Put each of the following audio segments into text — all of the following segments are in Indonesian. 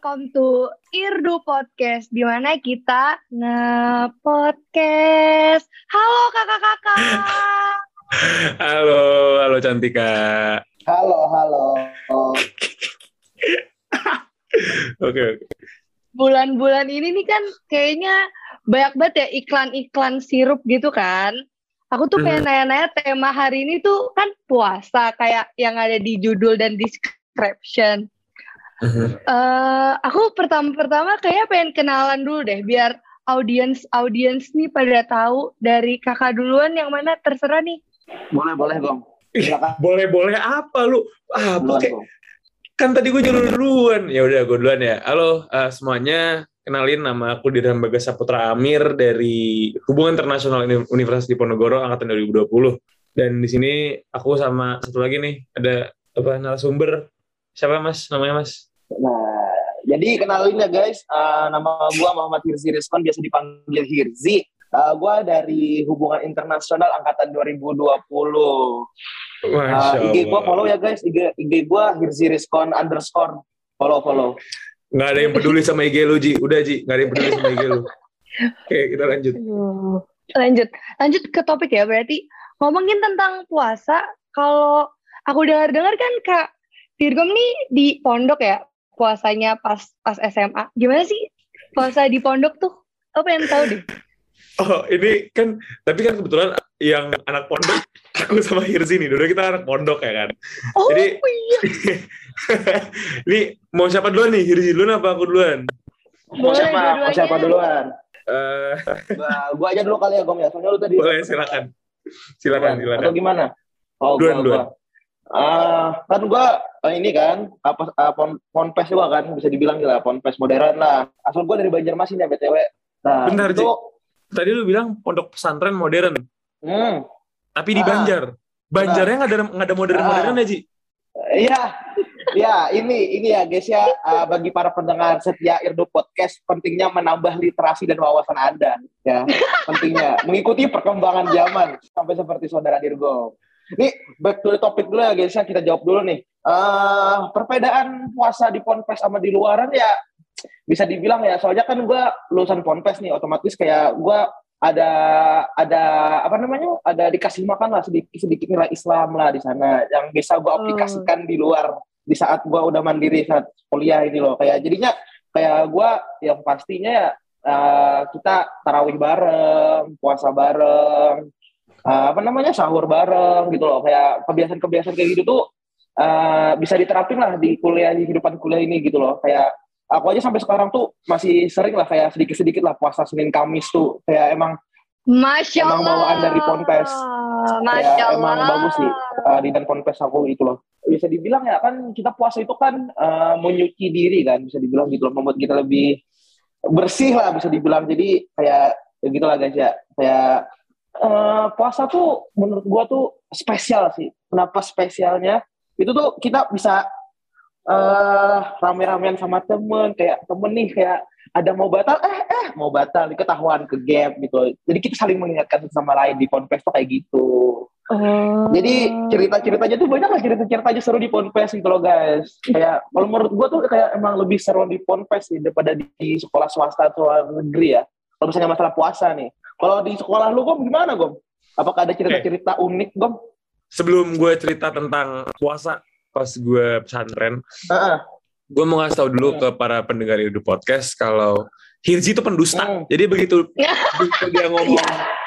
welcome to Irdu Podcast, di mana kita nge-podcast. Halo kakak-kakak. Halo Cantika. Halo. Oke. Bulan-bulan ini nih kan kayaknya banyak banget ya iklan-iklan sirup gitu kan. Aku tuh pengen nanya-nanya tema hari ini tuh kan puasa, kayak yang ada di judul dan description. Aku pertama kayak pengen kenalan dulu deh, biar audiens nih pada tahu. Dari kakak duluan yang mana, terserah nih. Boleh Gong. Boleh apa lu? Kan tadi gue duluan. Ya udah gue duluan ya. Halo semuanya, kenalin nama aku Dirham Bagas Saputra Amir dari Hubungan Internasional Universitas Diponegoro angkatan 2020. Dan di sini aku sama satu lagi nih ada narasumber. Siapa Mas? Namanya Mas? Nah, jadi kenalin ya guys, nama gue Muhammad Hirzi Rizwan, biasa dipanggil Hirzi. Gue dari Hubungan Internasional angkatan 2020. IG gue follow ya guys, IG gue Hirzi Rizwan _ follow. Nggak ada yang peduli sama IG lu, Ji. Udah, Ji. Nggak ada yang peduli sama IG lu. Oke, kita lanjut. Lanjut ke topik ya, berarti ngomongin tentang puasa. Kalau aku dengar kan Kak Dirgom nih di pondok ya, puasanya pas SMA. Gimana sih puasa di pondok tuh? Aku pengen tahu deh. Oh, ini kan, tapi kan kebetulan yang anak pondok, aku sama Hirzi nih, dulu kita anak pondok ya kan. Oh, jadi, iya. Ini mau siapa duluan nih? Hirzi duluan apa aku duluan? Mau siapa duluan? Gua aja dulu kali ya, Gom ya. Soalnya lu tadi. Boleh, silakan. Atau gimana? Duluan. Kan gua ini kan ponpes juga kan, bisa dibilang lah ponpes modern lah. Asal gua dari Banjarmasin ya BTW. Nah, bentar, itu tadi lu bilang pondok pesantren modern. Tapi di Banjarnya nggak ada modern ya, Ji? Iya, ini ya guys ya, bagi para pendengar setia Irdu Podcast, pentingnya menambah literasi dan wawasan Anda ya. Pentingnya mengikuti perkembangan zaman sampai seperti saudara Dirgo. Ini back to the topic dulu ya guys ya, kita jawab dulu nih. Perbedaan puasa di ponpes sama di luaran ya bisa dibilang ya, soalnya kan gue lulusan ponpes nih, otomatis kayak gue ada dikasih makan lah sedikit nilai Islam lah di sana yang bisa gue aplikasikan di luar di saat gue udah mandiri saat kuliah ini loh. Kayak jadinya kayak gue yang pastinya kita tarawih bareng, puasa bareng, sahur bareng gitu loh. Kayak kebiasaan kayak gitu tuh bisa diterapin lah di kehidupan kuliah ini gitu loh. Kayak aku aja sampai sekarang tuh masih sering lah kayak sedikit lah puasa Senin Kamis tuh kayak emang bawaan dari ponpes. Kayak emang bagus sih di dan ponpes aku itu loh. Bisa dibilang ya kan kita puasa itu kan menyuci diri kan, bisa dibilang gitu loh, membuat kita lebih bersih lah bisa dibilang. Jadi kayak ya gitulah guys ya. Kayak puasa tuh menurut gua tuh spesial sih. Kenapa spesialnya? Itu tuh kita bisa rame-ramean sama temen nih kayak ada mau batal ketahuan ke gap gitu. Jadi kita saling mengingatkan sama lain di ponpes tuh kayak gitu. Jadi cerita-ceritanya tuh banyak lah, cerita-ceritanya seru di ponpes gitu loh guys. Kayak kalau menurut gua tuh kayak emang lebih seru di ponpes sih daripada di sekolah swasta atau negeri ya. Kalau misalnya masalah puasa nih. Kalau di sekolah lu Gom gimana Gom? Apakah ada cerita-cerita unik Gom? Sebelum gue cerita tentang puasa pas gue pesantren, gue mau ngasih tahu dulu ke para pendengar Irdu Podcast kalau Hirzi itu pendusta. Jadi begitu dia ngomong,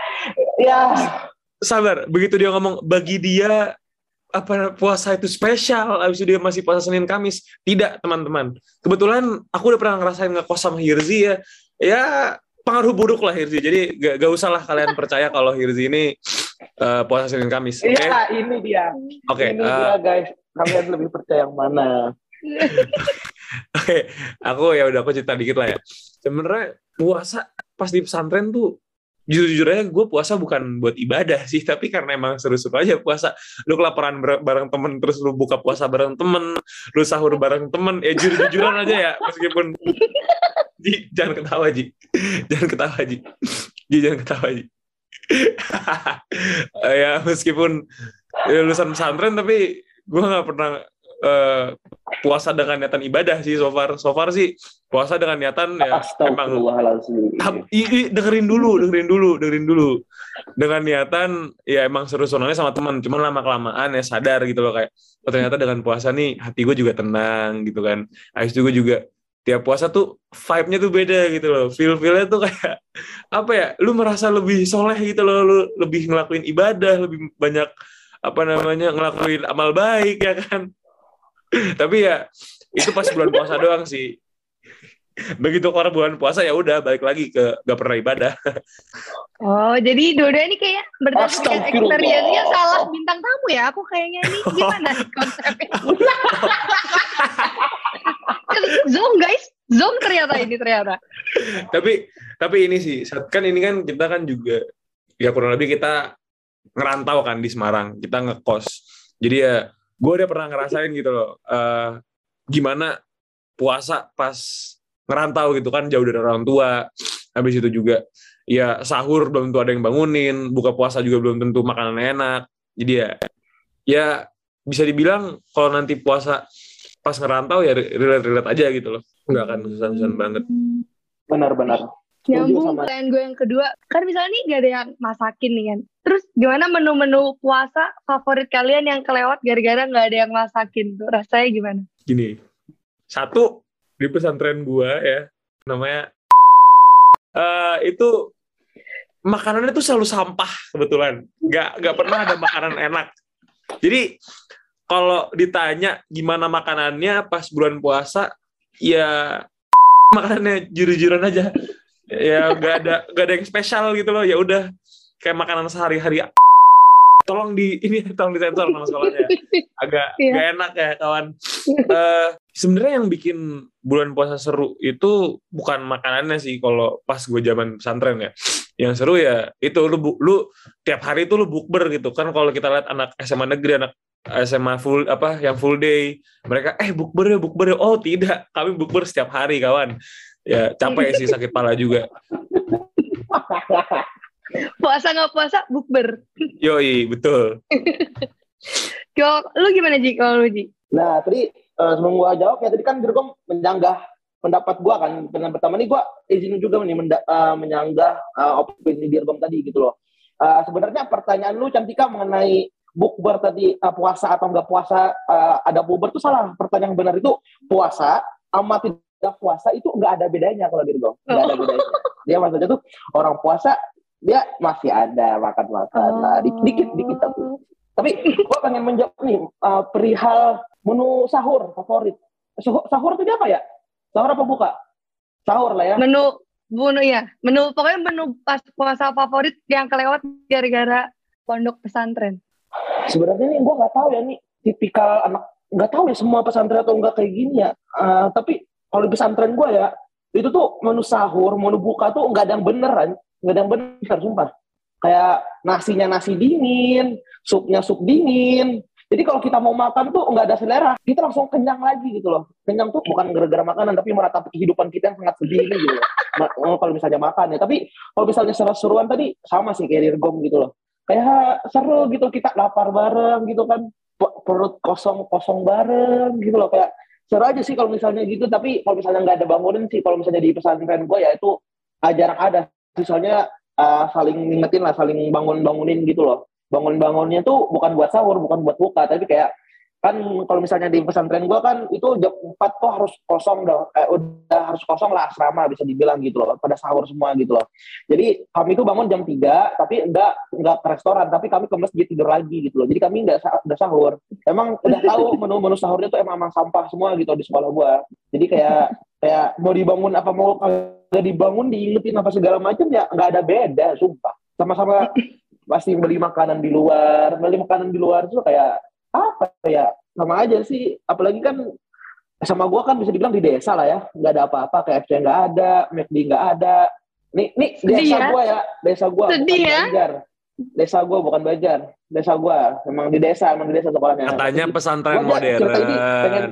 sabar, begitu dia ngomong bagi dia puasa itu spesial, abis itu dia masih puasa Senin Kamis. Tidak teman-teman. Kebetulan aku udah pernah ngerasain ngekos sama Hirzi ya pengaruh buruk lah Hirzi. Jadi gak usah lah kalian percaya kalau Hirzi ini puasa Senin Kamis. Iya, ini dia. Oke, ini dia guys. Kalian lebih percaya yang mana? Oke, aku cerita dikit lah ya. Sebenarnya puasa pas di pesantren tuh jujur aja gue puasa bukan buat ibadah sih, tapi karena emang seru-seru aja puasa. Lu kelaparan bareng temen, terus lu buka puasa bareng temen, lu sahur bareng temen, ya jujur-jujuran aja ya, meskipun Ji, jangan ketawa Ji. Ya meskipun lulusan pesantren tapi gue nggak pernah puasa dengan niatan ibadah sih so far sih puasa dengan niatan ya emang dengerin dulu dengan niatan ya emang seru-seruannya sama teman, cuman lama-kelamaan ya sadar gitu loh kayak ternyata dengan puasa nih hati gue juga tenang gitu kan. Habis itu gue juga tiap puasa tuh vibe-nya tuh beda gitu loh, feel-nya tuh kayak apa ya, lu merasa lebih soleh gitu loh, lu lebih ngelakuin ibadah, lebih banyak ngelakuin amal baik ya kan. Tapi ya itu pas bulan puasa doang sih. Begitu keluar bulan puasa ya udah balik lagi ke gak pernah ibadah. Oh, jadi dua-dua ini kayak berdasarkan experience-nya salah bintang tamu ya. Aku kayaknya ini gimana konsepnya? Zoom guys, Zoom ternyata. Tapi ini sih, kan ini kan kita kan juga ya kurang lebih kita ngerantau kan di Semarang, kita ngekos. Jadi ya gue udah pernah ngerasain gitu loh, gimana puasa pas ngerantau gitu kan, jauh dari orang tua. Habis itu juga ya sahur belum tentu ada yang bangunin, buka puasa juga belum tentu makanan enak. Jadi ya bisa dibilang kalau nanti puasa pas ngerantau ya relate aja gitu loh, nggak akan susah-susahan banget. Benar. Nyambung pertanyaan gue yang kedua, kan misalnya nih gak ada yang masakin nih kan, terus gimana menu-menu puasa favorit kalian yang kelewat gara-gara gak ada yang masakin tuh, rasanya gimana? Gini, satu di pesantren gue ya, namanya itu makanannya tuh selalu sampah kebetulan, nggak pernah ada makanan enak. Jadi kalau ditanya gimana makanannya pas bulan puasa, ya makanannya juru-juran aja. Ya nggak ada yang spesial gitu loh, ya udah kayak makanan sehari-hari. Tolong disensor sama sekolahnya, agak nggak enak ya kawan. Sebenarnya yang bikin bulan puasa seru itu bukan makanannya sih kalau pas gue zaman pesantren ya. Yang seru ya itu lu tiap hari itu lu bukber gitu kan. Kalau kita lihat anak SMA negeri, anak SMA yang full day, mereka bukber ya. Oh tidak, kami bukber setiap hari kawan. Ya capek sih, sakit pala juga. Puasa nggak puasa bukber. Yoi, betul. Lu gimana Ji? Kalau lu Ji? Nah tadi sebelum gua jawab ya, tadi kan Dirgom menyanggah pendapat gua kan. Pertama nih gua izin juga nih menyanggah opini Dirgom tadi gitu loh. Sebenarnya pertanyaan lu Cantika mengenai bukber tadi, puasa atau nggak puasa, ada bukber tuh salah. Pertanyaan benar itu puasa sama tidak puasa itu nggak ada bedanya kalau Dirgom. Nggak ada bedanya. Dia maksudnya tuh orang puasa dia masih ada makan lah, dikit tapi gue pengen menjawab nih perihal menu sahur favorit. Sahur itu dia apa ya? Sahur apa buka? Sahur lah ya. Menu pokoknya menu pas puasa favorit yang kelewat gara-gara pondok pesantren. Sebenarnya nih gue nggak tahu ya, nih tipikal anak, nggak tahu ya semua pesantren atau enggak kayak gini ya. Tapi kalau di pesantren gue ya, itu tuh menu sahur, menu buka tuh nggak ada yang beneran. Nggak ada yang bener, sumpah. Kayak nasinya nasi dingin, supnya sup dingin. Jadi kalau kita mau makan tuh nggak ada selera, kita langsung kenyang lagi gitu loh. Kenyang tuh bukan gara-gara makanan, tapi meratapi kehidupan kita yang sangat sedih ini gitu loh. Kalau misalnya makan ya, tapi kalau misalnya seru-seruan tadi sama sih kayak Dirgom gitu loh. Kayak seru gitu, kita lapar bareng gitu kan, perut kosong bareng gitu loh. Kayak seru aja sih kalau misalnya gitu. Tapi kalau misalnya nggak ada bangunin sih, kalau misalnya di pesantren gue ya itu jarang ada. Misalnya saling ngingetin lah, saling bangunin gitu loh. Bangunnya tuh bukan buat sahur, bukan buat buka, tapi kayak kan kalau misalnya di pesantren gue kan itu jam 4 tuh harus kosong udah harus kosong lah asrama bisa dibilang gitu loh, pada sahur semua gitu loh. Jadi kami tuh bangun jam 3 tapi enggak ke restoran, tapi kami ke masjid tidur lagi gitu loh. Jadi kami enggak sahur. Emang udah tahu menu sahurnya tuh emang sampah semua gitu di sekolah gue. Jadi kayak mau dibangun apa mau kagak dibangun, diingetin apa segala macam ya nggak ada beda, sumpah. Sama-sama pasti beli makanan di luar tuh kayak apa ya, sama aja sih. Apalagi kan sama gue kan bisa dibilang di desa lah ya, nggak ada apa-apa, KFC nggak ada, McD nggak ada. Nih desa gue ya, desa gue bukan Banjar. Desa gue bukan Banjar, desa gue emang di desa sekolahnya. Katanya pesantren modern.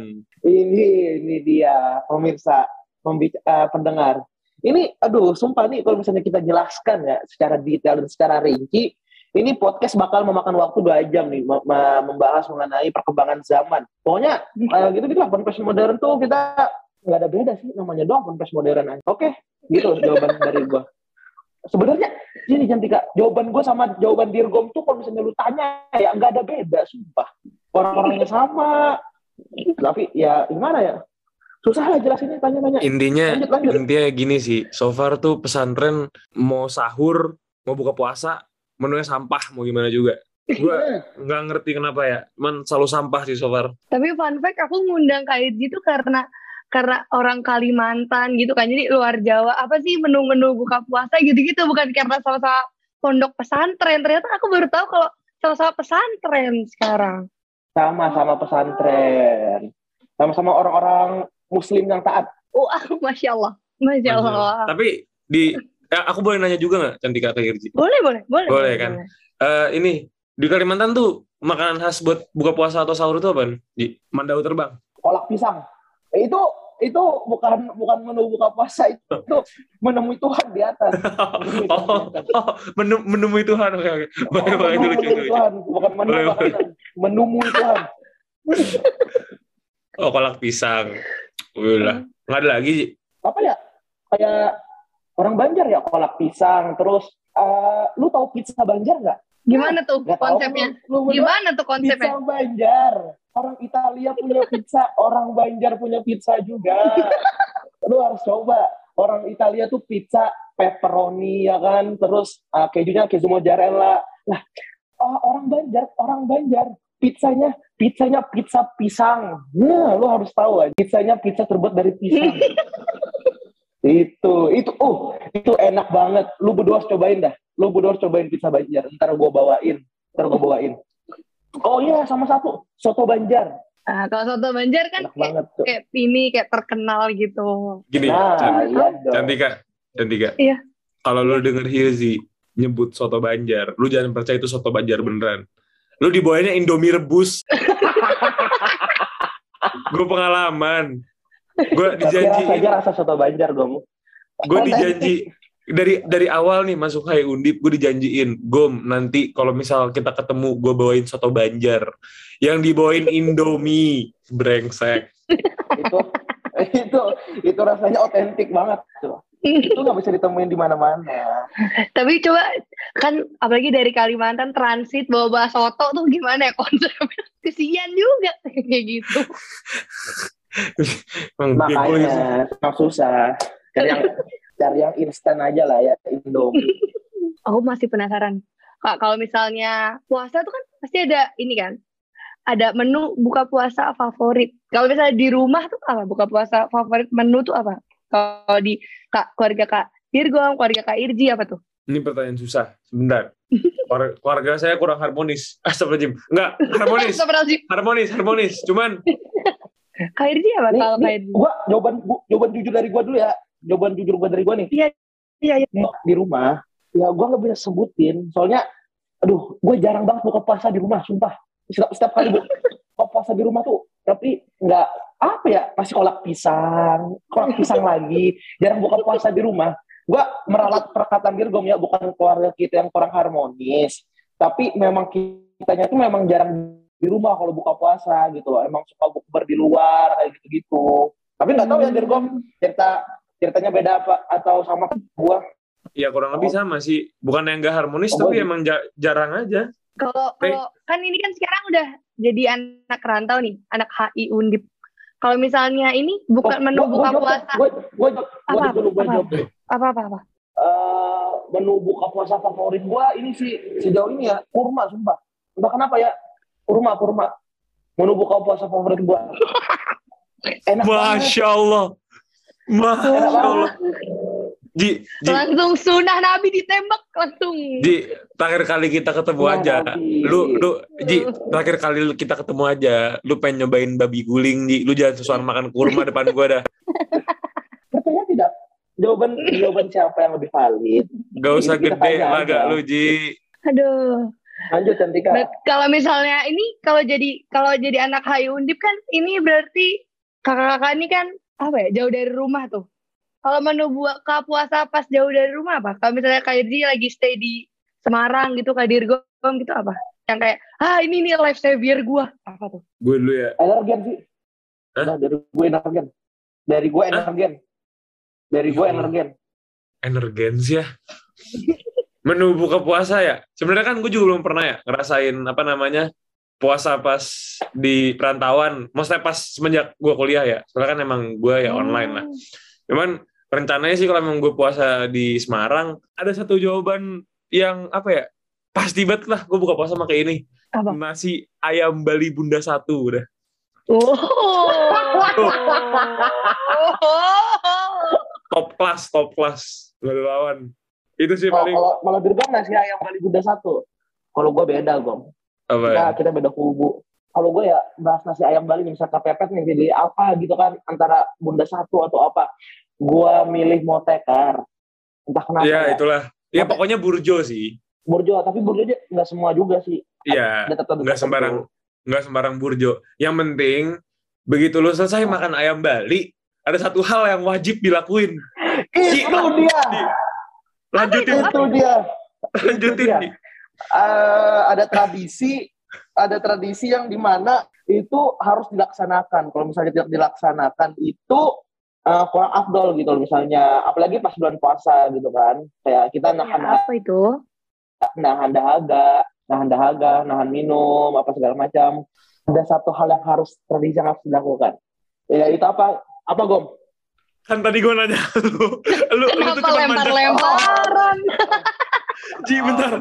Ini dia pemirsa, pendengar. Ini aduh sumpah nih kalau misalnya kita jelaskan ya secara detail dan secara rinci, Ini podcast bakal memakan waktu 2 jam nih membahas mengenai perkembangan zaman. Pokoknya gitu lah, ponpes modern tuh kita nggak ada beda sih, namanya doang ponpes modern aja. Oke, gitu jawaban dari gue. Sebenarnya ini Cantika, jawaban gue sama jawaban Dirgom tuh kalau misalnya lu tanya ya nggak ada beda, sumpah. Orang-orangnya sama. Tapi ya gimana ya? Susah lah jelasinnya, tanya-tanya. Intinya Lanjut. gini sih, so far tuh pesantren mau sahur, mau buka puasa, menunya sampah, mau gimana juga. Gue nggak ngerti kenapa ya, cuman selalu sampah sih so far. Tapi fun fact, aku ngundang Kak Irji tuh karena orang Kalimantan gitu kan, jadi luar Jawa. Apa sih menu-menu buka puasa gitu-gitu, bukan karena sama-sama pondok pesantren. Ternyata aku baru tahu kalau sama-sama pesantren sekarang. Sama-sama pesantren. Sama-sama orang-orang Muslim yang taat. Oh, Masya Allah. Masya Allah. Tapi aku boleh nanya juga nggak, Cantika Kak Irji? Boleh Kan. Ini di Kalimantan tuh makanan khas buat buka puasa atau sahur itu apa? Di Mandau Terbang. Kolak pisang. Itu bukan menu buka puasa, itu menemui Tuhan di atas. Menemui Tuhan. Oke. Boleh dulu Tuhan, bukan menemui Tuhan. Oh, kolak pisang. Udah. Nggak ada lagi. Apa ya? Kayak orang Banjar ya, kolak pisang. Terus lu tahu pizza Banjar nggak? Gimana tuh konsepnya? Gimana tuh konsepnya? Pizza Banjar. Orang Italia punya pizza, orang Banjar punya pizza juga. Lu harus coba. Orang Italia tuh pizza pepperoni ya kan, terus kejunya keju mozzarella. Nah, orang Banjar pizzanya pizza pisang. Nah, lu harus tahu aja. Pizzanya pizza terbuat dari pisang. Itu enak banget. Lu berdua harus cobain dah. Lu berdua harus cobain pizza Banjar. Ntar gue bawain. Oh iya, sama satu soto Banjar. Nah, kalau soto Banjar kan kayak terkenal gitu. Gini, Cantika. Iya. Kalau lu denger Hirzi nyebut soto Banjar, lu jangan percaya itu soto Banjar beneran. Lu dibawainnya Indomie rebus. Gue pengalaman. Gue dijanjiin. Rasa soto Banjar Gue dijanji dari awal nih masuk Hai Undip, gue dijanjiin, Gom, nanti kalau misal kita ketemu gue bawain soto Banjar. Yang dibawain Indomie, brengsek. itu rasanya otentik banget tuh. Itu nggak bisa ditemuin di mana-mana. Tapi coba kan, apalagi dari Kalimantan transit bawa soto tuh gimana ya konsepnya? Kesian juga kayak gitu. Makanya susah. Cari yang instan aja lah ya, Indomie. Aku masih penasaran, Kak, kalau misalnya puasa tuh kan pasti ada ini kan, ada menu buka puasa favorit. Kalau misalnya di rumah tuh apa buka puasa favorit, menu tuh apa? Kalau di keluarga Kak Dirgom, keluarga Kak Irji apa tuh? Ini pertanyaan susah, sebentar. Keluarga saya kurang harmonis. Astagfirullahaladzim. Enggak, harmonis. Cuman Kak Irji apa kalau Kak Irji? Gua jawaban jujur dari gua dulu ya. Jawaban jujur gue dari gue nih. Iya. Di rumah, ya gue nggak bisa sebutin. Soalnya, gue jarang banget buka puasa di rumah, sumpah. Setiap kali buka puasa di rumah tuh, tapi nggak pasti kolak pisang lagi. Jarang buka puasa di rumah. Gue meralat perkataan Dirgom ya, bukan keluarga kita yang kurang harmonis. Tapi memang kitanya tuh memang jarang di rumah kalau buka puasa gitu loh. Emang suka bukber di luar kayak gitu-gitu. Tapi nggak tahu ya Dirgom ceritanya beda apa atau sama gua? Ya kurang lebih sama sih. Bukan yang nggak harmonis, tapi emang jarang aja. Kalau kan ini kan sekarang udah jadi anak rantau nih, anak HI Undip. Kalau misalnya ini bukan menu buka puasa. Apa? Menu buka puasa favorit gua ini sih sejauh ini ya kurma, sumpah. Entah kenapa ya, kurma. Menu buka puasa favorit gua. Enak Masya Allah. Ji, langsung sunah Nabi ditembak langsung. Ji, terakhir kali kita ketemu aja. Ji, terakhir kali kita ketemu aja. Lu pengen nyobain babi guling, Ji. Lu jangan sesuatu makan kurma depan gua dah. Percaya tidak? Jawaban siapa yang lebih valid? Gak usah gede lah gak lu, Ji. Aduh. Lanjut Cantika. Kalau misalnya ini kalau jadi anak HI Undip kan ini berarti kakak-kakak ini kan jauh dari rumah tuh. Kalau menu buka puasa pas jauh dari rumah apa? Kalau misalnya Kak Irji lagi stay di Semarang gitu, Kak Dirgom gitu apa? Yang kayak, ini nih life savior gue. Apa tuh? Gue dulu ya. Energen sih. Hah? Nah, dari gue energen. Dari gue energen. Dari gue energen. Energens ya. Menu buka puasa ya. Sebenarnya kan gue juga belum pernah ya ngerasain apa namanya puasa pas di perantauan. Maksudnya pas semenjak gue kuliah ya. Soalnya kan emang gue ya online lah. Cuman rencananya sih kalau emang gue puasa di Semarang, ada satu jawaban yang apa ya, pasti banget lah gue buka puasa pakai ini. Apa? Nasi ayam Bali Bunda 1 udah. Oh. Top class. Gak ada lawan. Itu sih paling. Kalau Dirgam nasi ayam Bali Bunda 1. Kalau gue beda, Gom. Apa ya? Kita beda kubu. Kalau gue ya bahas nasi ayam Bali bisa kepepet nih jadi apa gitu kan, antara Bunda 1 atau apa. Gue milih motekar. Entah kenapa. Ya, itulah. Ya pokoknya burjo sih. Burjo, tapi burjo aja nggak semua juga sih. Iya, nggak sembarang burjo. Yang penting begitu lu selesai makan ayam Bali, ada satu hal yang wajib dilakuin. Itu dia. Lanjutin. Ji. Ada tradisi yang dimana itu harus dilaksanakan. Kalau misalnya tidak dilaksanakan itu kurang afdol gitu. Misalnya, apalagi pas bulan puasa gitu kan. Kayak kita apa itu? Nahan dahaga, nahan minum, apa segala macam. Ada satu hal yang tradisi yang harus dilakukan. Ya itu apa? Apa, Gom? Kan tadi gue nanya lu tuh cuma lempar-lemparan. Ji,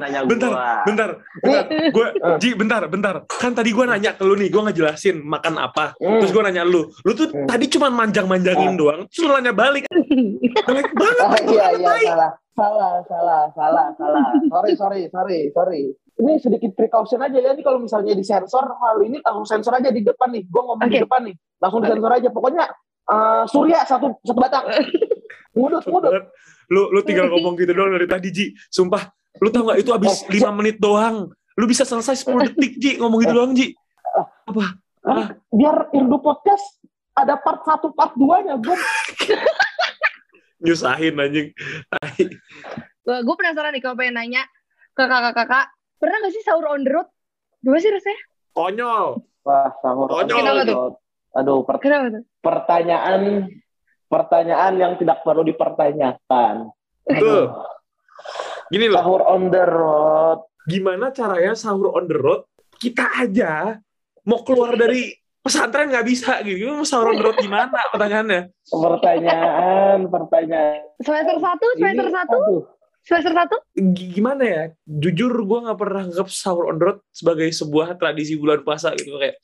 bentar. Kan tadi gue nanya ke lu nih, gue ngejelasin makan apa. Terus gue nanya lu tuh tadi cuma manjang-manjangin doang. Terus lu nanya balik. Jelek banget. Iya, salah. Sorry. Ini sedikit precaution aja ya. Ini kalau misalnya disensor, hal ini langsung sensor aja di depan nih. Gue ngomong di depan nih. Langsung disensor aja. Pokoknya Surya satu batang. Ngudut. Lu tinggal ngomong gitu doang dari tadi, Ji. Sumpah, lu tau gak itu abis 5 menit doang. Lu bisa selesai 10 detik, Ji. Ngomong gitu doang, Ji. Apa? Biar Irdu Podcast ada part 1, part 2-nya, Gue. Nyusahin, anjing. Gue penasaran nih kalau pengen nanya ke kakak-kakak. Pernah gak sih sahur on the road? Gimana sih rasanya? Konyol. Wah, sahur on the road. Kenapa tuh? Aduh, pertanyaan yang tidak perlu dipertanyakan. Betul. Gini loh. Sahur on the road. Gimana caranya sahur on the road? Kita aja mau keluar dari pesantren nggak bisa gitu. Mau sahur on the road gimana? Pertanyaannya. Pertanyaan. Semester 1? Gimana ya? Jujur gue nggak pernah anggap sahur on the road sebagai sebuah tradisi bulan puasa gitu kayak.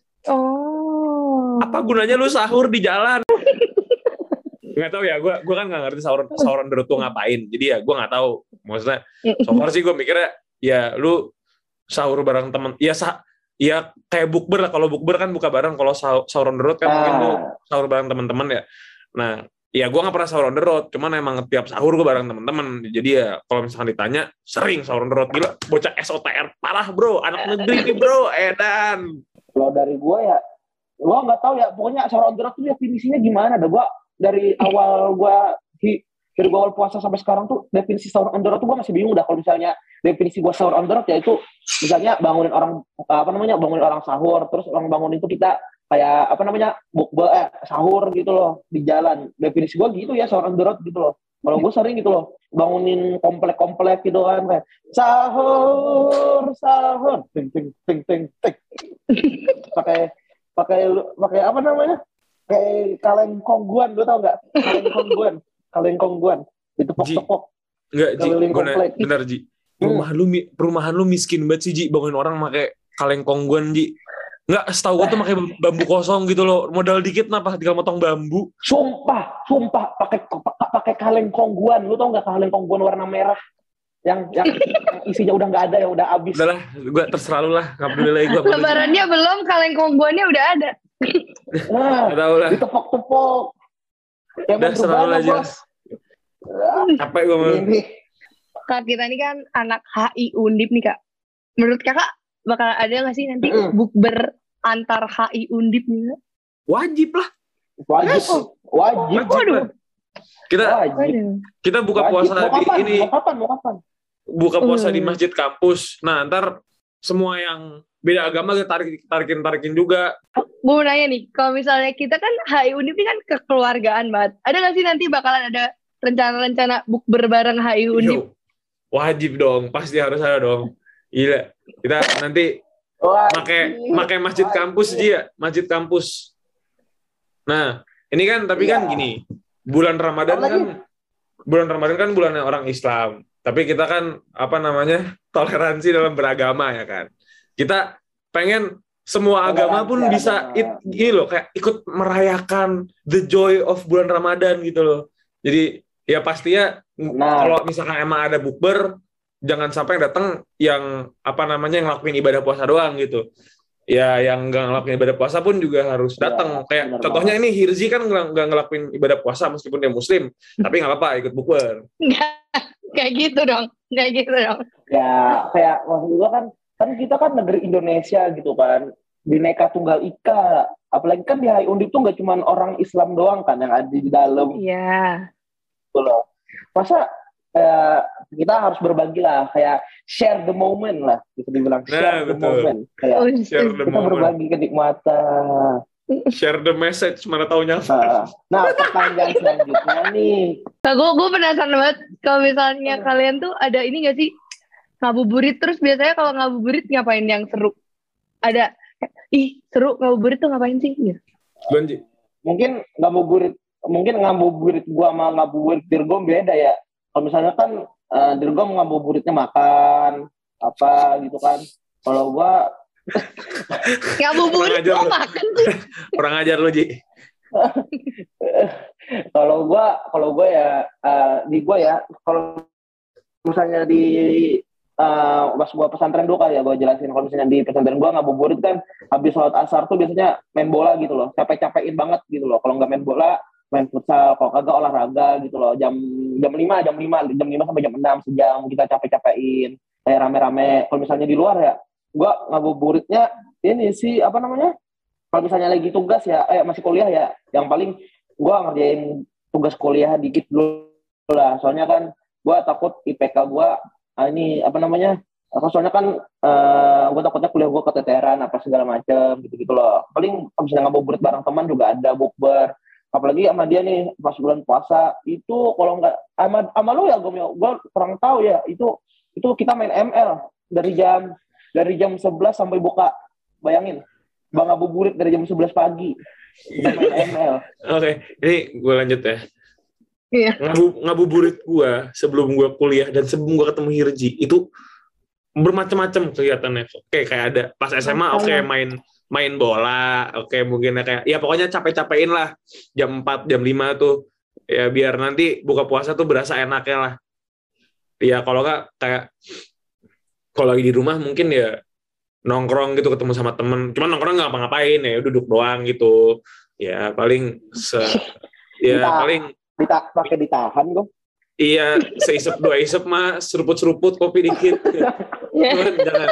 Apa gunanya lu sahur di jalan? Nggak tahu ya, gue kan nggak ngerti sahur on the road tuh ngapain. Jadi ya gue nggak tahu. Maksudnya, so far sih gue mikirnya ya lu sahur bareng temen. Ya kayak bukber lah. Kalau bukber kan buka bareng. Kalau sahur on the road kan mungkin tuh sahur bareng teman-teman ya. Nah, ya gue nggak pernah sahur on the road. Cuman emang tiap sahur gue bareng teman-teman. Jadi ya kalau misalkan ditanya, sering sahur on the road. Gila, bocah SOTR parah bro. Anak negeri nih bro, edan. Kalau dari gue ya, gue nggak tahu ya. Pokoknya sahur on the road tuh definisinya gimana? Gue dari awal dari awal puasa sampai sekarang tuh definisi sahur on the road tuh gue masih bingung dah. Kalau misalnya definisi gue sahur on the road ya itu misalnya bangunin orang sahur, terus orang bangunin itu kita kayak sahur gitu loh di jalan. Definisi gue gitu ya sahur on the road gitu loh. Kalau gue sering gitu loh bangunin komplek gitu kan kayak sahur ting pakai apa namanya? Kayak kaleng kongguan, lu tau nggak? Kaleng kongguan, ditepok-tepok. Enggak, Ji. Bener, Ji. Perumahan lu miskin banget sih, Ji. Bangunin orang pakai kaleng kongguan, Ji. Enggak, setahu gue tuh pakai bambu kosong gitu loh. Modal dikit kenapa tinggal motong bambu. Sumpah pakai kaleng kongguan. Lu tau nggak kaleng kongguan warna merah? Yang isinya udah nggak ada, yang udah habis. Udah lah, gue terserah lu lah. Nggak peduli lagi gue. Lebarannya belum, kaleng kongguannya udah ada. Nah, tahu lah. Ditepok-tepok. Udah selalu aja. Capek gue mau. Kak, kita ini kan anak HI Undip nih, Kak. Menurut Kakak bakal ada nggak sih nanti bukber antar HI Undip nih? Wajib lah. Wajib. Waduh. Kita buka puasa mau kapan? ini. Mau kapan? buka puasa di masjid kampus. Nah, ntar semua yang beda agama kita tarikin juga. Gue mau nanya nih, kalau misalnya kita kan HI Undip ini kan kekeluargaan banget. Ada nggak sih nanti bakalan ada rencana-rencana bukber bareng HI Undip? Yo, wajib dong, pasti harus ada dong. Gila, kita nanti pakai masjid kampus aja, masjid kampus. Nah, ini kan tapi kan gini, bulan Ramadan kan bulannya orang Islam. Tapi kita kan toleransi dalam beragama ya kan. Kita pengen semua agama pun bisa kayak ikut merayakan the joy of bulan Ramadan gitu loh. Jadi ya pastinya kalau misalkan emang ada bukber, jangan sampai datang yang yang ngelakuin ibadah puasa doang gitu. Ya yang nggak ngelakuin ibadah puasa pun juga harus datang. Kayak contohnya ini Hirzi kan nggak ngelakuin ibadah puasa meskipun dia Muslim, tapi nggak apa-apa ikut bukber. Kayak gitu dong. Ya kayak maksud gua kan kita kan negeri Indonesia gitu kan, Bhinneka Tunggal Ika. Apalagi kan di HI Undip tuh nggak cuma orang Islam doang kan yang ada di dalam. Iya. Gitu loh. Masa kita harus berbagi lah, kayak share the moment lah, bisa dibilang share the moment. Kayak share the kita moment. berbagi kenikmatan. Share the message, mana taunya. Nah, pertanyaan selanjutnya nih. Gue penasaran banget kalau misalnya kalian tuh ada ini nggak sih ngabuburit, terus biasanya kalau ngabuburit ngapain yang seru? Ada seru ngabuburit tuh ngapain sih? Gitu. Mungkin ngabuburit gua sama ngabuburit Dirgom beda ya. Kalau misalnya kan Dirgom ngabuburitnya makan apa gitu kan. Kalau gua ngabuburit gua makan sih. Kurang ajar lo, Ji. Kalau gua ya di gua ya, kalau misalnya di pas gua pesantren dulu kali ya gua jelasin. Kalau misalnya di pesantren gua ngabuburit kan habis sholat asar tuh biasanya main bola gitu loh, capek-capekin banget gitu loh. Kalau nggak main bola, main futsal, kalau kagak olahraga gitu loh. Jam 5 sampai jam 6 sejam kita capek-capekin kayak rame-rame. Kalau misalnya di luar ya gua ngabuburitnya ini sih kalau misalnya lagi tugas ya masih kuliah ya, yang paling gua ngerjain tugas kuliah dikit dulu lah. Soalnya kan gua takut IPK gua soalnya kan gue takutnya kuliah gue keteteran apa segala macam gitu loh. Paling kalau misalnya ngabuburit bareng teman juga ada bukber, apalagi sama dia nih pas bulan puasa itu. Kalau nggak sama lu ya gue kurang tahu ya, itu kita main ML dari jam 11 sampai buka. Bayangin bang ngabuburit dari jam 11 pagi kita main ML. Oke, ini gue lanjut ya. Iya. Ngabuburit gue sebelum gue kuliah dan sebelum gue ketemu Hirji itu bermacam-macam kegiatannya. Oke, kayak ada pas SMA main bola, mungkin kayak ya pokoknya capek-capekin lah jam 4, jam 5 tuh ya biar nanti buka puasa tuh berasa enaknya lah. Ya kalau nggak kayak kalau lagi di rumah mungkin ya nongkrong gitu, ketemu sama temen, cuman nongkrong nggak ngapa-ngapain ya, duduk doang gitu ya, paling paling pakai ditahan kok. Iya, seisep 2 isep mah, seruput kopi dikit. Cuman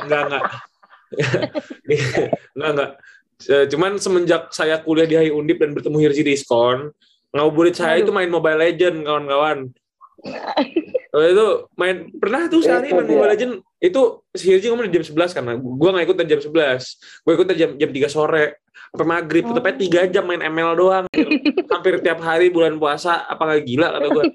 enggak. Cuman semenjak saya kuliah di HI Undip dan bertemu Hirzi di Iskon, ngabuburit saya itu main Mobile Legend, kawan-kawan. Itu pernah tuh sehari main Mobile Legend. Itu si Hirzi ngomong di jam 11 karena gue nggak ikut jam 11. Gue ikut jam 3 sore sampai maghrib. Tapi 3 jam main ML doang. Hampir tiap hari bulan puasa. Apa nggak gila kata gue.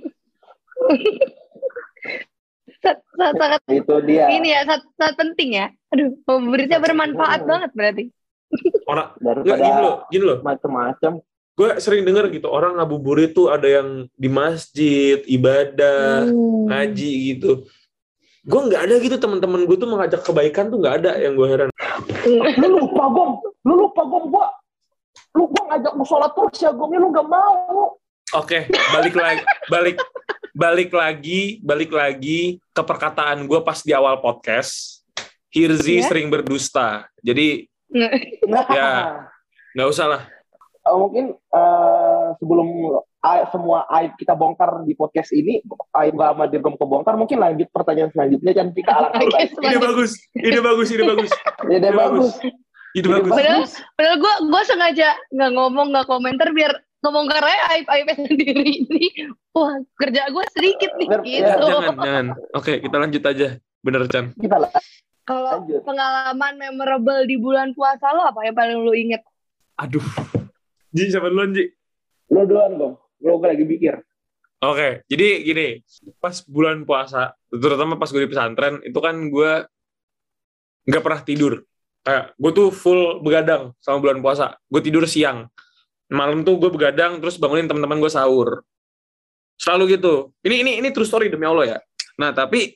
Sangat itu dia. Ini ya sangat penting ya. Aduh, ngabuburitnya bermanfaat banget berarti. Orang gini loh. Macam-macam. Gue sering denger gitu, orang ngabuburit tuh ada yang di masjid, ibadah, ngaji gitu. Gue nggak ada gitu, teman-teman gue tuh mengajak kebaikan tuh nggak ada, yang gue heran. Lu lupa gom gue ngajak lu sholat terus ya gom, lu nggak mau. Oke, balik lagi ke perkataan gue pas di awal podcast. Hirzi sering berdusta, jadi ya nggak usah lah. Mungkin sebelum semua aib kita bongkar di podcast ini, aib gak sama Dirgom kebongkar, mungkin lanjut pertanyaan selanjutnya. Cantika Ide bagus. Padahal gue sengaja nggak ngomong, nggak komentar biar ngomong karena aib sendiri ini. Wah, kerja gue sedikit nih gitu. Jangan. Oke, kita lanjut aja. Bener, Chan. Kita lah. Kalau Lanjut. pengalaman memorable di bulan puasa lo apa yang paling lo inget? Aduh. Ji, siapa duluan, Ji? Lo duluan, Gom. Lo lagi mikir. Oke, jadi gini. Pas bulan puasa, terutama pas gue di pesantren, itu kan gue nggak pernah tidur. Kayak gue tuh full begadang sama bulan puasa. Gue tidur siang. Malam tuh gue begadang, terus bangunin teman-teman gue sahur. Selalu gitu. Ini true story demi Allah ya. Nah, tapi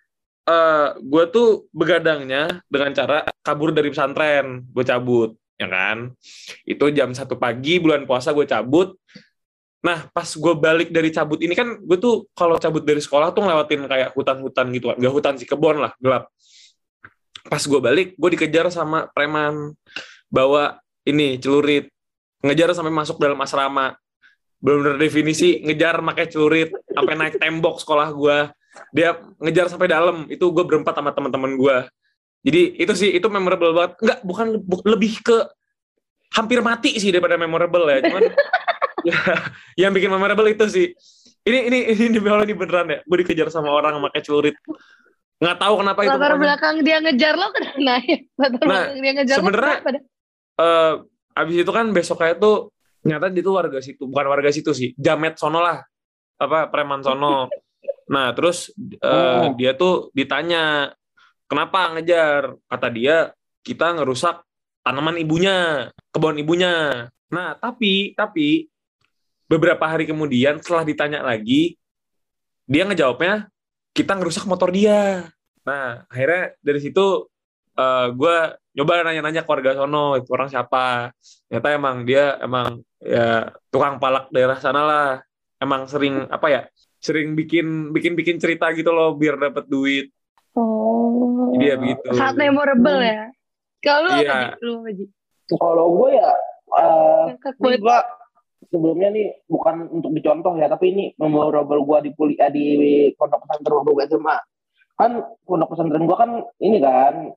gue tuh begadangnya dengan cara kabur dari pesantren. Gue cabut, ya kan. Itu jam 1 pagi bulan puasa gue cabut. Nah, pas gue balik dari cabut ini kan, gue tuh kalau cabut dari sekolah tuh ngelewatin kayak hutan-hutan gitu. Gak hutan sih, kebon lah, gelap. Pas gue balik, gue dikejar sama preman. Bawa ini, celurit. Ngejar sampai masuk dalam asrama. Belum definisi, ngejar pakai celurit. Sampai naik tembok sekolah gue. Dia ngejar sampai dalam. Itu gue berempat sama teman-teman gue. Jadi itu sih, itu memorable banget. Enggak, bukan lebih ke hampir mati sih daripada memorable ya. Cuman ya, yang bikin memorable itu sih. Ini demi Allah ini beneran ya. Gue dikejar sama orang pakai celurit. Nggak tahu kenapa itu. Latar belakang dia ngejar lo kenapa ya? Belakang dia ngejar sebenarnya, lo kenapa? Abis itu kan besoknya tuh nyata dia tuh warga situ, bukan warga situ sih, jamet sono lah, preman sono. Nah terus dia tuh ditanya kenapa ngejar, kata dia kita ngerusak tanaman ibunya, kebun ibunya. Nah tapi beberapa hari kemudian setelah ditanya lagi, dia ngejawabnya kita ngerusak motor dia. Nah akhirnya dari situ gue nyoba nanya-nanya ke warga sono, itu orang siapa. Ternyata dia ya tukang palak daerah sana lah. Emang sering sering bikin cerita gitu loh biar dapat duit. Oh. Jadi ya begitu. Sangat memorable ya. Kalau iya. lu apa Ji? Kalau gue ya, ini gue sebelumnya nih bukan untuk dicontoh ya, tapi ini memorable gue di pondok pesantren waktu gue SMA. Kan pondok pesantren gue kan ini kan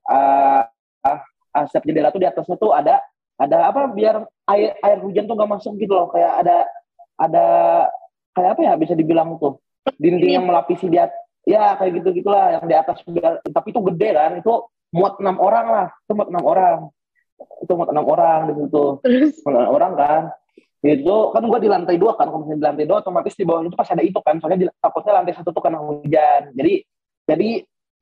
setiap jendela tuh di atasnya tuh ada apa biar air hujan tuh gak masuk gitu loh, kayak ada kayak apa ya bisa dibilang tuh dinding yang melapisi dia ya kayak gitulah yang di atas, tapi itu gede kan, itu muat 6 orang lah, itu muat 6 orang di situ, 6 orang kan. Itu kan gue di lantai 2 kan, kalau misalnya di lantai 2 otomatis di bawah itu pasti ada itu kan, soalnya takutnya lantai 1 tuh kena hujan. Jadi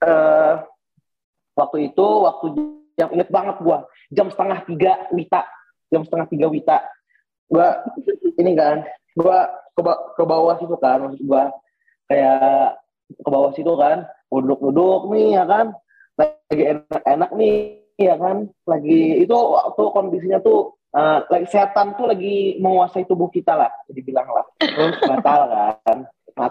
waktu yang inget banget gue, jam setengah 3 wita, gue ini kan, gue ke bawah situ kan, maksud gue kayak ke bawah situ kan, duduk nih ya kan, lagi enak nih ya kan, lagi itu waktu kondisinya tuh lagi setan tuh lagi menguasai tubuh kita lah, dibilang lah, terus batal kan,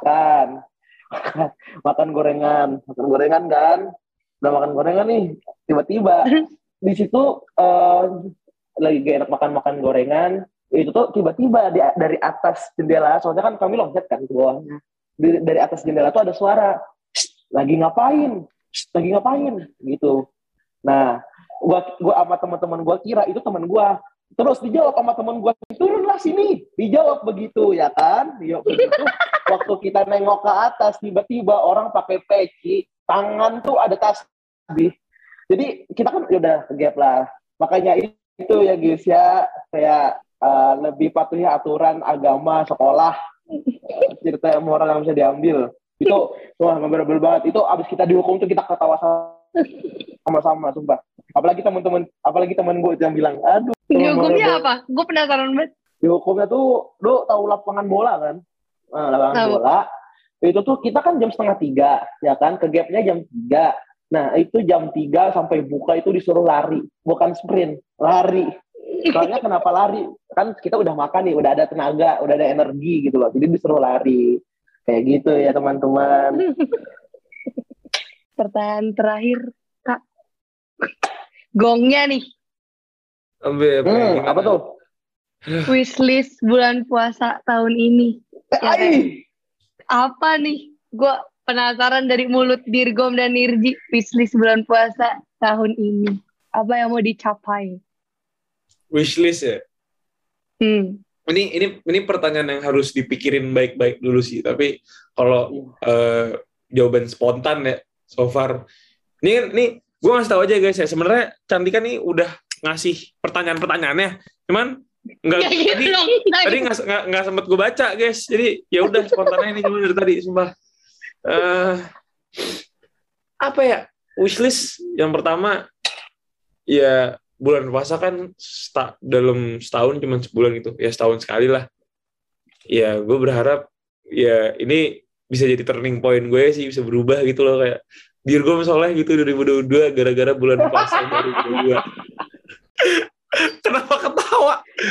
makan gorengan kan, udah makan gorengan nih, tiba-tiba di situ lagi gak enak makan gorengan, itu tuh tiba-tiba dari atas jendela, soalnya kan kami loncat kan ke bawahnya, dari atas jendela tuh ada suara, lagi ngapain gitu. Nah, gua sama teman-teman gua kira itu teman gua, terus dijawab sama teman gua, turunlah sini, dijawab begitu ya kan, begitu. Waktu kita nengok ke atas, tiba-tiba orang pakai peci, tangan tuh ada tasbih. Jadi kita kan udah gap lah. Makanya itu ya guys ya, kayak lebih patuhi aturan agama sekolah. Cerita moral yang bisa diambil. Itu wah memorable banget. Itu abis kita dihukum tuh kita ketawa sama-sama, sumpah. Apalagi teman gue yang bilang, aduh. Dihukumnya apa? Gue penasaran banget. Dihukumnya tuh, lu tahu lapangan bola kan? Nah, lapangan bola. Itu tuh kita kan jam 2:30, ya kan? Ke gapnya jam 3. Nah, itu jam 3 sampai buka itu disuruh lari. Bukan sprint, lari. Soalnya kenapa lari? Kan kita udah makan nih, udah ada tenaga, udah ada energi gitu loh. Jadi disuruh lari. Kayak gitu ya teman-teman. Pertanyaan terakhir, Kak. Gongnya nih. Apa tuh? Wishlist bulan puasa tahun ini. Apa nih? Gue penasaran dari mulut Dirgom dan Nirji. Wishlist bulan puasa tahun ini. Apa yang mau dicapai? Wishlist ya? ini pertanyaan yang harus dipikirin baik-baik dulu sih. Tapi kalau jawaban spontan ya so far. Ini gue ngasih tahu aja guys ya. Sebenarnya Cantika nih udah ngasih pertanyaan-pertanyaannya. Cuman tadi nggak sempat gue baca guys. Jadi ya udah spontannya ini cuma dari tadi sumpah. Apa ya? Wishlist yang pertama ya bulan puasa kan dalam setahun cuma sebulan gitu. Ya setahun sekali lah. Ya gue berharap ya ini bisa jadi turning point gue sih, bisa berubah gitu loh, kayak Dirgom soleh gitu 2022 gara-gara bulan puasa 2022. Kenapa ketawa?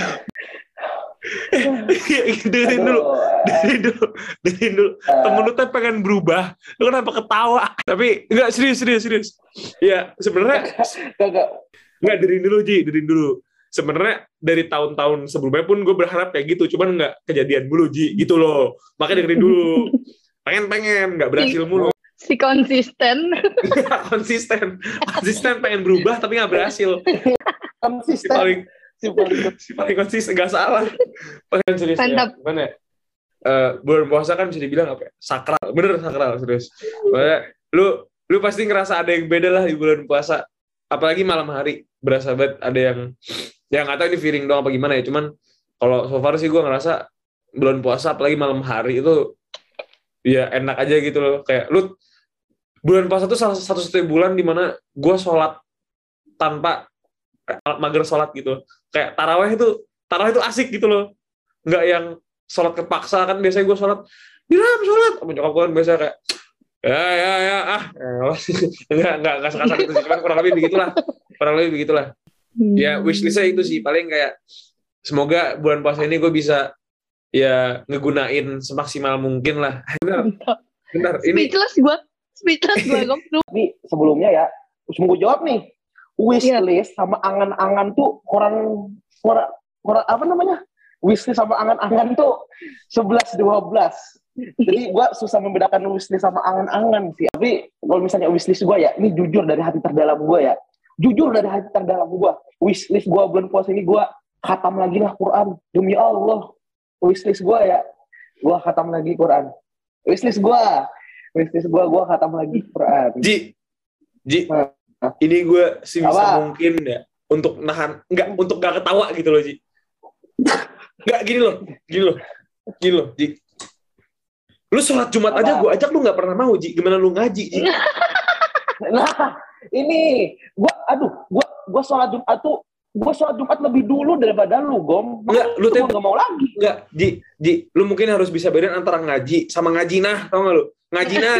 Dengerin dulu. Temen lu tuh pengen berubah, lu kenapa ketawa? Tapi enggak, serius. Ya sebenarnya enggak, dengerin dulu. Sebenarnya dari tahun-tahun sebelumnya pun gue berharap kayak gitu, cuman enggak kejadian mulu Ji, gitu loh. Makanya dengerin dulu. Pengen enggak berhasil mulu. Si konsisten pengen berubah tapi nggak berhasil. Konsisten si paling konsisten, nggak salah. Pengen serius ya. Gimana? Bulan puasa kan bisa dibilang apa? Sakral, bener sakral serius. Makanya, lu pasti ngerasa ada yang beda lah di bulan puasa. Apalagi malam hari, berasa banget ada yang nggak tahu ini feeling doang apa gimana ya. Cuman kalau so far sih gue ngerasa bulan puasa apalagi malam hari itu ya enak aja gitu loh. Kayak lu bulan puasa tuh salah satu-satunya bulan dimana gue sholat tanpa mager sholat gitu. Kayak tarawih itu asik gitu loh. Nggak yang sholat kepaksa kan, biasanya gue sholat sama nyokap gue kan biasanya kayak nggak sekasar itu sih, cuman kurang lebih begitulah. Ya wishlistnya itu sih paling kayak semoga bulan puasa ini gue bisa ya ngegunain semaksimal mungkin lah. Bentar, ini Speechless gue. Tapi sebelumnya ya, gue jawab nih. Wishlist sama angan-angan tuh orang apa namanya? Wishlist sama angan-angan tuh 11-12. Jadi gue susah membedakan wishlist sama angan-angan sih. Tapi kalau misalnya wishlist gue ya, ini jujur dari hati terdalam gue ya. Wishlist gue bulan puasa ini gue khatam lagi lah Quran. Demi Allah. Wishlist gue ya, gue khatam lagi Quran. Wishlist gue khatam lagi Quran. Ji, ini gue sebisa mungkin ya untuk nahan, untuk gak ketawa gitu loh Ji. Nggak gini loh Ji. Lu sholat Jumat aja gue ajak lu nggak pernah mau Ji. Gimana lu ngaji Ji? Nah, ini gue sholat Jumat tuh. Gue sholat Jumat lebih dulu daripada lu, Gom. Enggak, lu tuh gak mau lagi. Enggak, Ji, lu mungkin harus bisa bedain antara ngaji sama ngajinah, tau gak lu? Ngajinah.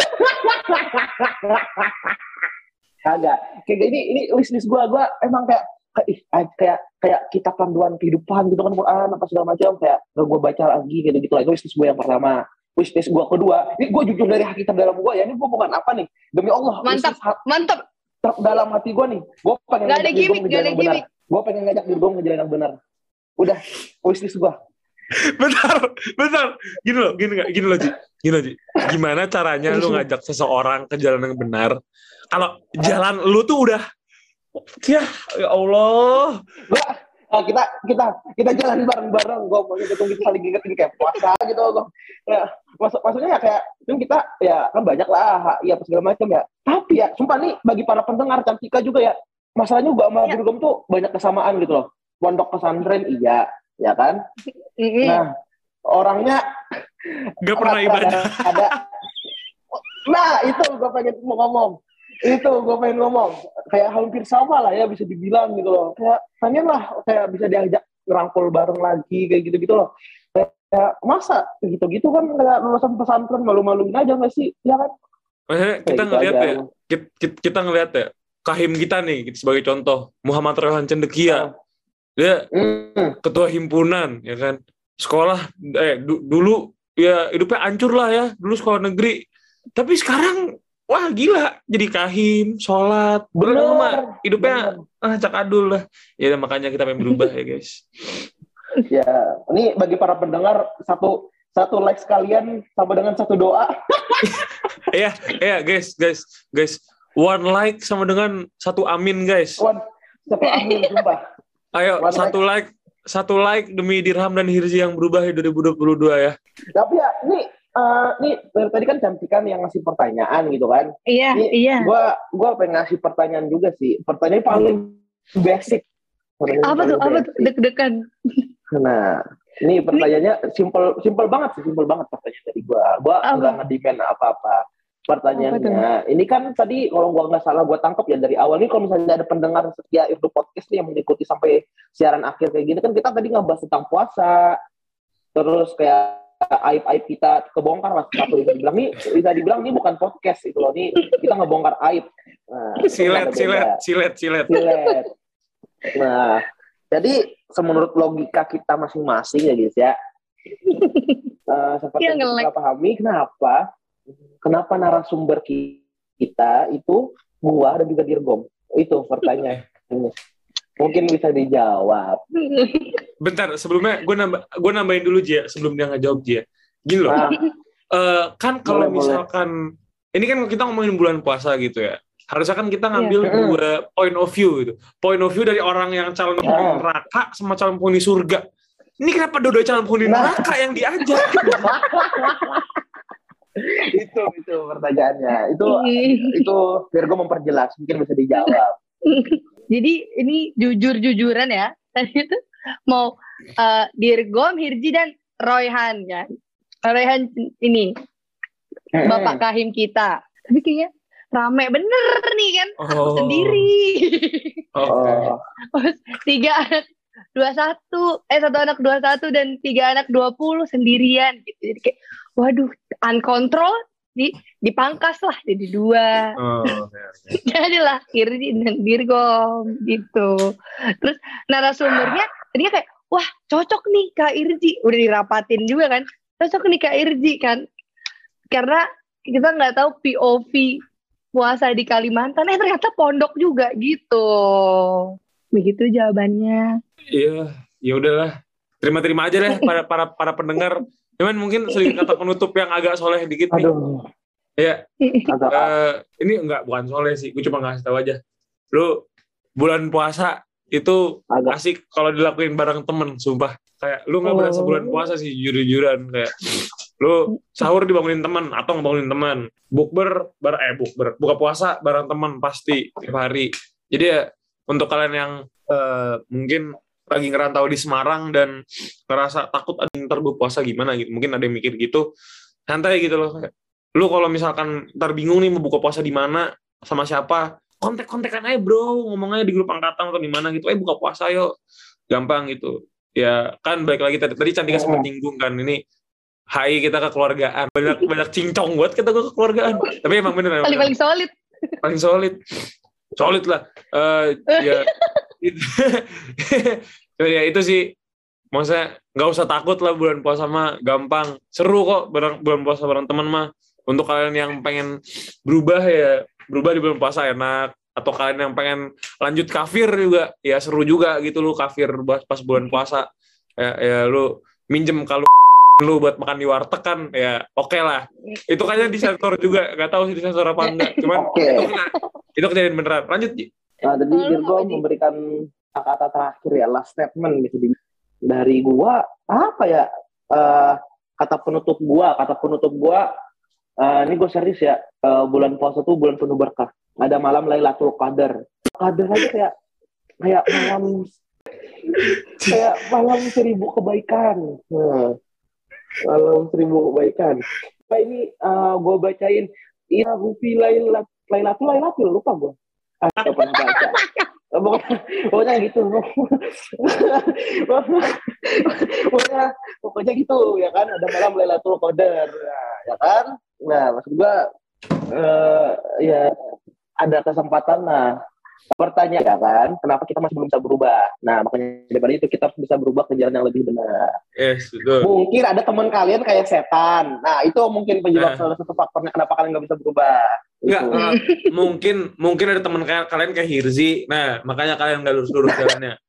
Kagak. Kayak ini wishlist gue emang kayak kitab panduan kehidupan gitu kan, Quran apa segala macam, kayak gue baca lagi gitu lagi. Wishlist gue yang pertama. Wishlist gue kedua, ini gue jujur dari hati terdalam gue ya, ini gue bukan apa nih, demi Allah. Mantap. Dalam hati gue nih, gue pengen ngajak Dirgom ke jalan yang benar. Gue pengen ngajak Dirgom ke jalan yang benar. Udah, wishlist gue. Bentar. Gini loh Ji. Gimana caranya lu ngajak seseorang ke jalan yang benar? Kalau jalan lu tuh udah, ya Allah. Kita jalan bareng-bareng. Gue mau kita saling ingetin kayak puasa gitu. Ya, maksudnya ya kayak kita ya kan banyak lah ya apa segala macam ya. Tapi ya sumpah nih bagi para pendengar Cantika juga ya, masalahnya gue sama Dirgom tuh banyak kesamaan gitu loh. Pondok pesantren iya, ya kan? Nah, orangnya gak pernah ibadah. Ada. Nah, itu gue pengen ngomong. Kayak hampir sama lah ya bisa dibilang gitu loh. Kayak pengen lah kayak bisa diajak ngerangkul bareng lagi kayak gitu-gitu loh. Kayak masa gitu-gitu kan kayak lulusan pesantren malu-maluin aja nggak sih? Ya kan? Kita ngelihat ya. Kita ngelihat ya. Kahim kita nih sebagai contoh, Muhammad Rehan Cendekia. Dia ketua himpunan ya kan. Sekolah dulu ya hidupnya hancur lah ya. Dulu sekolah negeri. Tapi sekarang wah gila, jadi kahim, sholat, bener, hidupnya cakadul lah. Ya makanya kita pengen berubah ya guys. Ya, ini bagi para pendengar satu like sekalian sama dengan satu doa. Iya guys. One like sama dengan satu amin guys. Satu amin sumpah. Ayo one satu like 1 like demi Dirham dan Hirzi yang berubah di 2022 ya. Tapi ya, nih tadi kan Cantikan yang ngasih pertanyaan gitu kan. Iya, iya. Gue pengen ngasih pertanyaan juga sih. Pertanyaan paling basic. Apa tuh? Deg-degan. Nah, ini pertanyaannya simple banget pertanyaan dari gue. Gue nggak ngedemand apa-apa. Pertanyaannya, ini kan tadi kalau gue nggak salah gue tangkap ya dari awal nih, kalau misalnya ada pendengar setia Irdu Podcast nih yang mengikuti sampai siaran akhir kayak gini, kan kita tadi ngebahas tentang puasa, terus kayak aib-aib kita kebongkar lah satu bisa dibilang ini bukan podcast itu loh, nih kita ngebongkar aib. Nah, silet. Nah, jadi menurut logika kita masing-masing ya guys ya, seperti yang kita pahami kenapa narasumber kita itu gua dan juga Dirgom. Itu pertanyaan. Mungkin bisa dijawab. Bentar, sebelumnya gue nambahin dulu Jia, sebelum dia ngejawab Jia. Gini loh, kan kalau misalkan, ini kan kita ngomongin bulan puasa gitu ya, harusnya kan kita ngambil 2 point of view gitu. Point of view dari orang yang calon penghuni neraka sama calon penghuni surga. Ini kenapa dua-dua calon penghuni neraka yang diajak? itu pertanyaannya. Itu Virgo memperjelas, mungkin bisa dijawab. Jadi ini jujur-jujuran ya. Tadi itu mau Dirgom, Hirzi dan Royhan kan. Royhan ini Bapak Kahim kita. Tapi kayaknya rame bener nih kan. Aku sendiri. Terus 3 anak 21, 1 anak 21 dan 3 anak 20 sendirian gitu. Jadi kayak waduh, uncontrol dipangkas lah jadi 2. Jadilah Hirzi dan Dirgom gitu. Terus narasumbernya tadinya kayak wah cocok nih Kak Hirzi, udah dirapatin juga kan, cocok nih Kak Hirzi kan, karena kita nggak tahu POV puasa di Kalimantan, ternyata pondok juga gitu. Begitu jawabannya. Iya, ya udahlah, terima aja deh para pendengar. Cuman mungkin sedikit kata penutup yang agak soleh dikit nih. Aduh. Ya, ini bukan soleh sih, gue cuma ngasih tahu aja. Lu bulan puasa itu asik kalau dilakuin bareng temen, sumpah. Kayak lu nggak berasa bulan puasa sih, jujur-jujuran. Kayak lu sahur dibangunin temen atau ngebangunin temen, bukber buka puasa bareng temen pasti tiap hari. Jadi ya untuk kalian yang mungkin lagi ngerantau di Semarang dan ngerasa takut ntar gue puasa gimana gitu, mungkin ada yang mikir gitu, santai gitu loh. Lu kalau misalkan ntar bingung nih mau buka puasa di mana sama siapa, kontak-kontakan aja bro, ngomongnya di grup angkatan atau di mana gitu, buka puasa yuk, gampang gitu ya kan. Balik lagi tadi Cantika sempat nyinggung kan, ini HI kita kekeluargaan, banyak cincong buat kita kekeluargaan, tapi emang bener paling solid lah. Ya ya itu sih, maksudnya nggak usah takut lah, bulan puasa mah gampang, seru kok bulan puasa bareng teman mah. Untuk kalian yang pengen berubah di bulan puasa enak, atau kalian yang pengen lanjut kafir juga ya seru juga gitu, lu kafir pas bulan puasa ya lu minjem kalau lu buat makan di warteg kan ya oke lah. Itu kayaknya disensor juga, nggak tahu sih disensor apa enggak, cuman itu kejadian beneran. Lanjut Ji. Nah, tadi Dirgo memberikan kata terakhir ya, last statement gitu dari gua, apa ya, kata penutup gua ini gue serius ya, bulan puasa tuh bulan penuh berkah. Ada malam Lailatul Qadar aja kayak malam 1000 kebaikan. Malam 1000 kebaikan. Nah, ini gue bacain Ina Gufi Lailatul lupa gue. Apa pernah baca? Pokoknya gitu. Pokoknya gitu ya kan, ada malam Lailatul Qadar ya kan. Nah, maksud gue ya ada kesempatan. Nah, pertanyaan ya kan, kenapa kita masih belum bisa berubah? Nah, makanya daripada itu kita harus bisa berubah ke jalan yang lebih benar. Yes, betul. Mungkin ada teman kalian kayak setan. Nah, itu mungkin penyebab salah satu faktornya kenapa kalian nggak bisa berubah. Enggak, mungkin ada teman kalian kayak Hirzi. Nah, makanya kalian nggak lurus jalannya.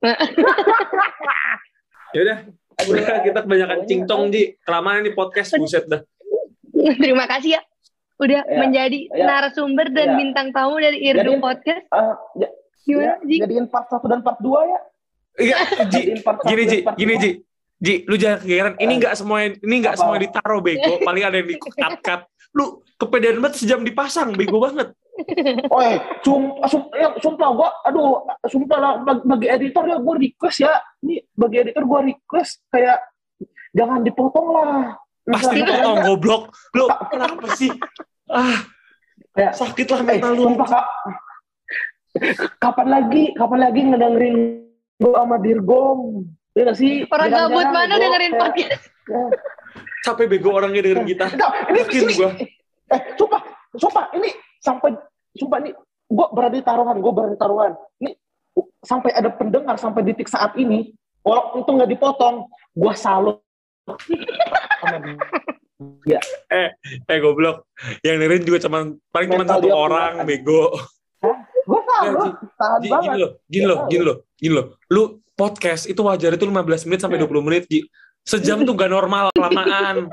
Udah kita kebanyakan cincong Ji. Kelamaan ini podcast, buset dah. Terima kasih ya. Udah menjadi narasumber dan bintang tamu dari Irdu Podcast. Gimana Ji? Jadiin part 1 dan part 2 ya. Iya, Ji, Jadiin part satu gini dan Ji, part gini dua. Ji, lu jangan kegeeran. Ini nggak Apa? semua ditaruh bego. Paling ada yang di-cut. Lu kepedean banget sejam dipasang, bego banget. Oi, sumpah gua, aduh, sumpah lah bagi editor ya gua request ya. Nih bagi editor gua request kayak jangan dipotong lah. Pasti Misalnya- potong goblok. Lu kenapa sih? kayak, Sakit lah mental lu. sumpah Kak. Kapan lagi ngedengerin gua sama Dirgom? Ya nggak sih? Orang Jarang-jarang gabut mana gua dengerin kayak- podcast? ya. Capek bego orangnya dengerin kita. Enggak, ini Yakin ini- gua. Sumpah ini sumpah ini gue berani taruhan. Ini sampai ada pendengar sampai detik saat ini, walau itu nggak dipotong, gue salut sama dia. Goblok. Yang dengerin juga paling cuma Mental satu dia orang, kuat. bego. Gue salut, tahan Ji, banget. gini loh. Lu podcast itu wajar itu 15 menit sampai 20 menit, Ji. Sejam tuh gak normal, kelamaan.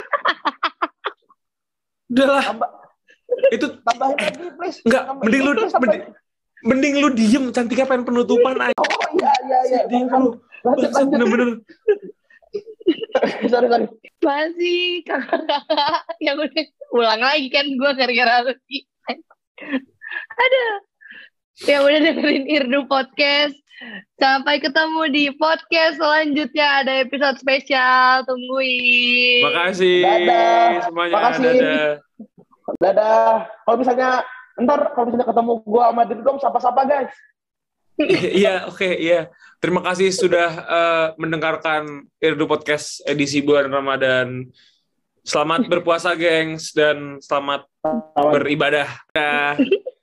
Udah lah. Itu Tambahin lagi, please. enggak, mending lu diem, Cantika pengen penutupan aja. Oh iya. Sedih lu. Bangsat, bener-bener. Sorry. Masih kakak-kakak yang udah ulang lagi kan gue gara-gara lu. Aduh. Yang udah dengerin Irdu Podcast. Sampai ketemu di podcast selanjutnya. Ada episode spesial. Tungguin. Makasih Dadah. semuanya. Makasih. Dadah. Kalau misalnya ketemu gua sama Dirgom, sapa-sapa guys. Iya, oke, iya. Terima kasih sudah mendengarkan Irdu Podcast edisi bulan Ramadan. Selamat berpuasa, gengs, dan selamat beribadah. Dah.